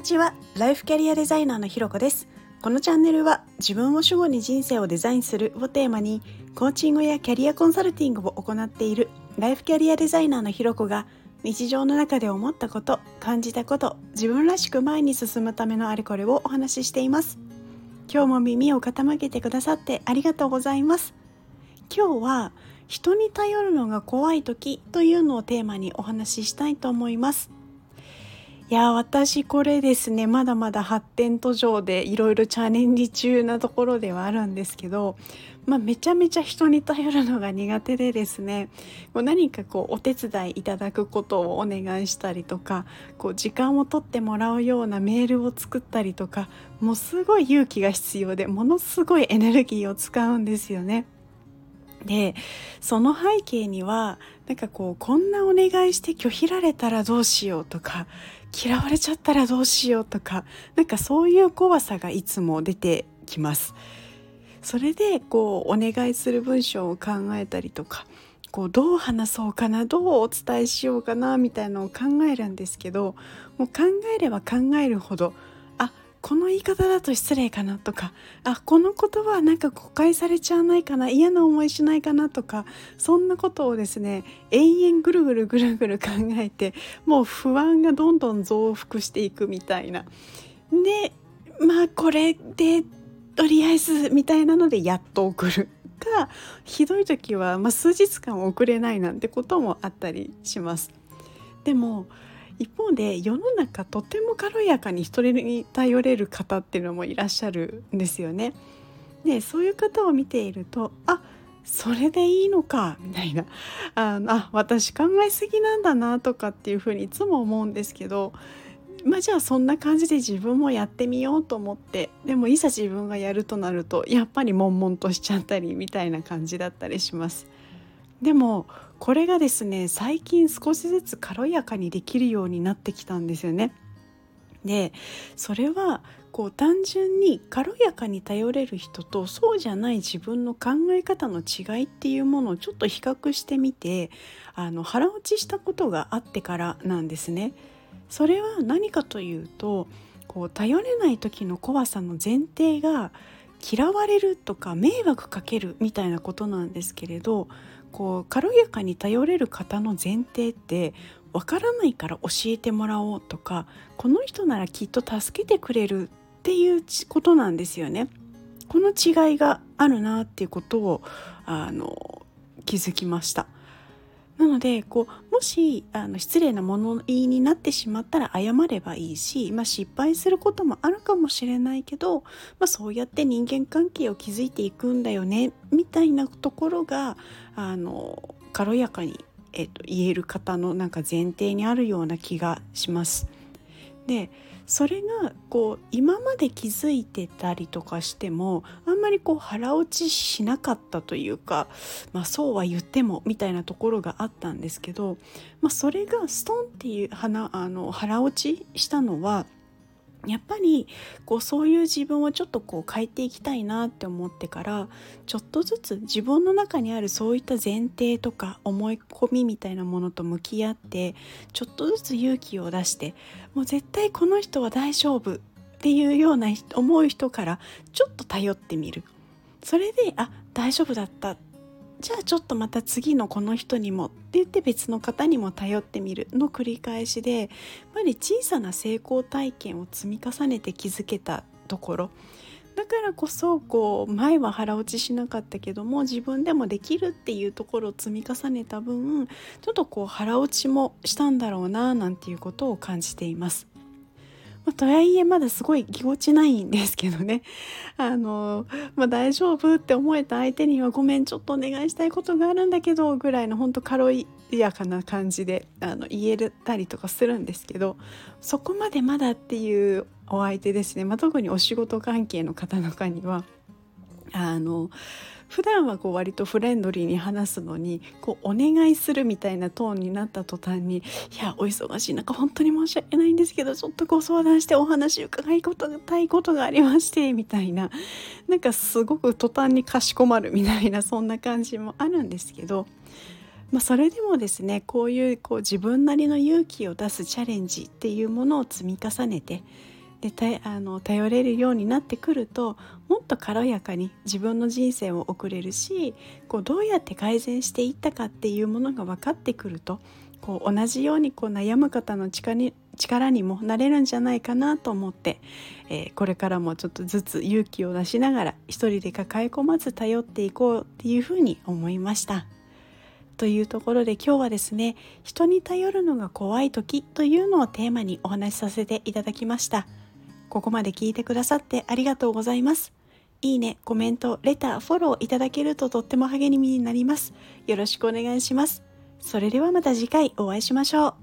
にちは。ライフキャリアデザイナーのひろこです。このチャンネルは自分を主語に人生をデザインするをテーマにコーチングやキャリアコンサルティングを行っているライフキャリアデザイナーのひろこが日常の中で思ったこと、感じたこと、自分らしく前に進むためのあれこれをお話ししています。今日も耳を傾けてくださってありがとうございます。今日は人に頼るのが怖い時というのをテーマにお話ししたいと思います。私これですね、まだまだ発展途上でいろいろチャレンジ中なところではあるんですけど、めちゃめちゃ人に頼るのが苦手でですね、何かお手伝いいただくことをお願いしたりとか、時間を取ってもらうようなメールを作ったりとか、もうすごい勇気が必要で、ものすごいエネルギーを使うんですよね。で、その背景にはこんなお願いして拒否られたらどうしようとか、嫌われちゃったらどうしようとか、そういう怖さがいつも出てきます。それでお願いする文章を考えたりとか、どう話そうかな、どうお伝えしようかなみたいなのを考えるんですけど、もう考えれば考えるほど、この言い方だと失礼かなとか、この言葉は誤解されちゃわないかな、嫌な思いしないかなとか、そんなことをですね、延々ぐるぐるぐるぐる考えて、もう不安がどんどん増幅していくみたいな。で、これでとりあえずみたいなのでやっと送るか、ひどい時は数日間送れないなんてこともあったりします。でも一方で世の中とても軽やかに人に頼れる方っていうのもいらっしゃるんですよね。で、そういう方を見ていると、それでいいのかみたいな、私考えすぎなんだなとかっていうふうにいつも思うんですけど、じゃあそんな感じで自分もやってみようと思って、でもいざ自分がやるとなるとやっぱり悶々としちゃったりみたいな感じだったりします。でもこれがですね、最近少しずつ軽やかにできるようになってきたんですよね。で、それは単純に軽やかに頼れる人とそうじゃない自分の考え方の違いっていうものをちょっと比較してみて、腹落ちしたことがあってからなんですね。それは何かというと、頼れない時の怖さの前提が嫌われるとか迷惑かけるみたいなことなんですけれど、軽やかに頼れる方の前提って、わからないから教えてもらおうとか、この人ならきっと助けてくれるっていうことなんですよね。この違いがあるなっていうことを気づきました。なのでもし失礼な物言いになってしまったら謝ればいいし、失敗することもあるかもしれないけど、そうやって人間関係を築いていくんだよねみたいなところが軽やかに、言える方の前提にあるような気がします。で、それが今まで気づいてたりとかしてもあんまり腹落ちしなかったというか、そうは言ってもみたいなところがあったんですけど、それがストンっていう腹落ちしたのは、やっぱりそういう自分をちょっと変えていきたいなって思ってから、ちょっとずつ自分の中にあるそういった前提とか思い込みみたいなものと向き合って、ちょっとずつ勇気を出して、もう絶対この人は大丈夫っていうような思う人からちょっと頼ってみる。それで大丈夫だった、じゃあちょっとまた次のこの人にもって言って別の方にも頼ってみるの繰り返しで、やっぱり小さな成功体験を積み重ねて気づけたところだからこそ、前は腹落ちしなかったけども自分でもできるっていうところを積み重ねた分、ちょっと腹落ちもしたんだろうななんていうことを感じています。とはいえまだすごいぎこちないんですけどね、大丈夫って思えた相手にはごめんちょっとお願いしたいことがあるんだけどぐらいの本当軽やかな感じで言えたりとかするんですけど、そこまでまだっていうお相手ですね、特にお仕事関係の方の中には普段は割とフレンドリーに話すのにお願いするみたいなトーンになった途端に、いやお忙しい中本当に申し訳ないんですけどちょっとご相談してお話伺いたいことがありましてみたいな、すごく途端にかしこまるみたいな、そんな感じもあるんですけど、それでもですね、こういう自分なりの勇気を出すチャレンジっていうものを積み重ねて、 で頼れるようになってくると、もっと軽やかに自分の人生を送れるし、どうやって改善していったかっていうものが分かってくると、同じように悩む方の力にもなれるんじゃないかなと思って、これからもちょっとずつ勇気を出しながら、一人で抱え込まず頼っていこうっていうふうに思いました。というところで今日はですね、人に頼るのが怖い時というのをテーマにお話しさせていただきました。ここまで聞いてくださってありがとうございます。いいね、コメント、レター、フォローいただけるととっても励みになります。よろしくお願いします。それではまた次回お会いしましょう。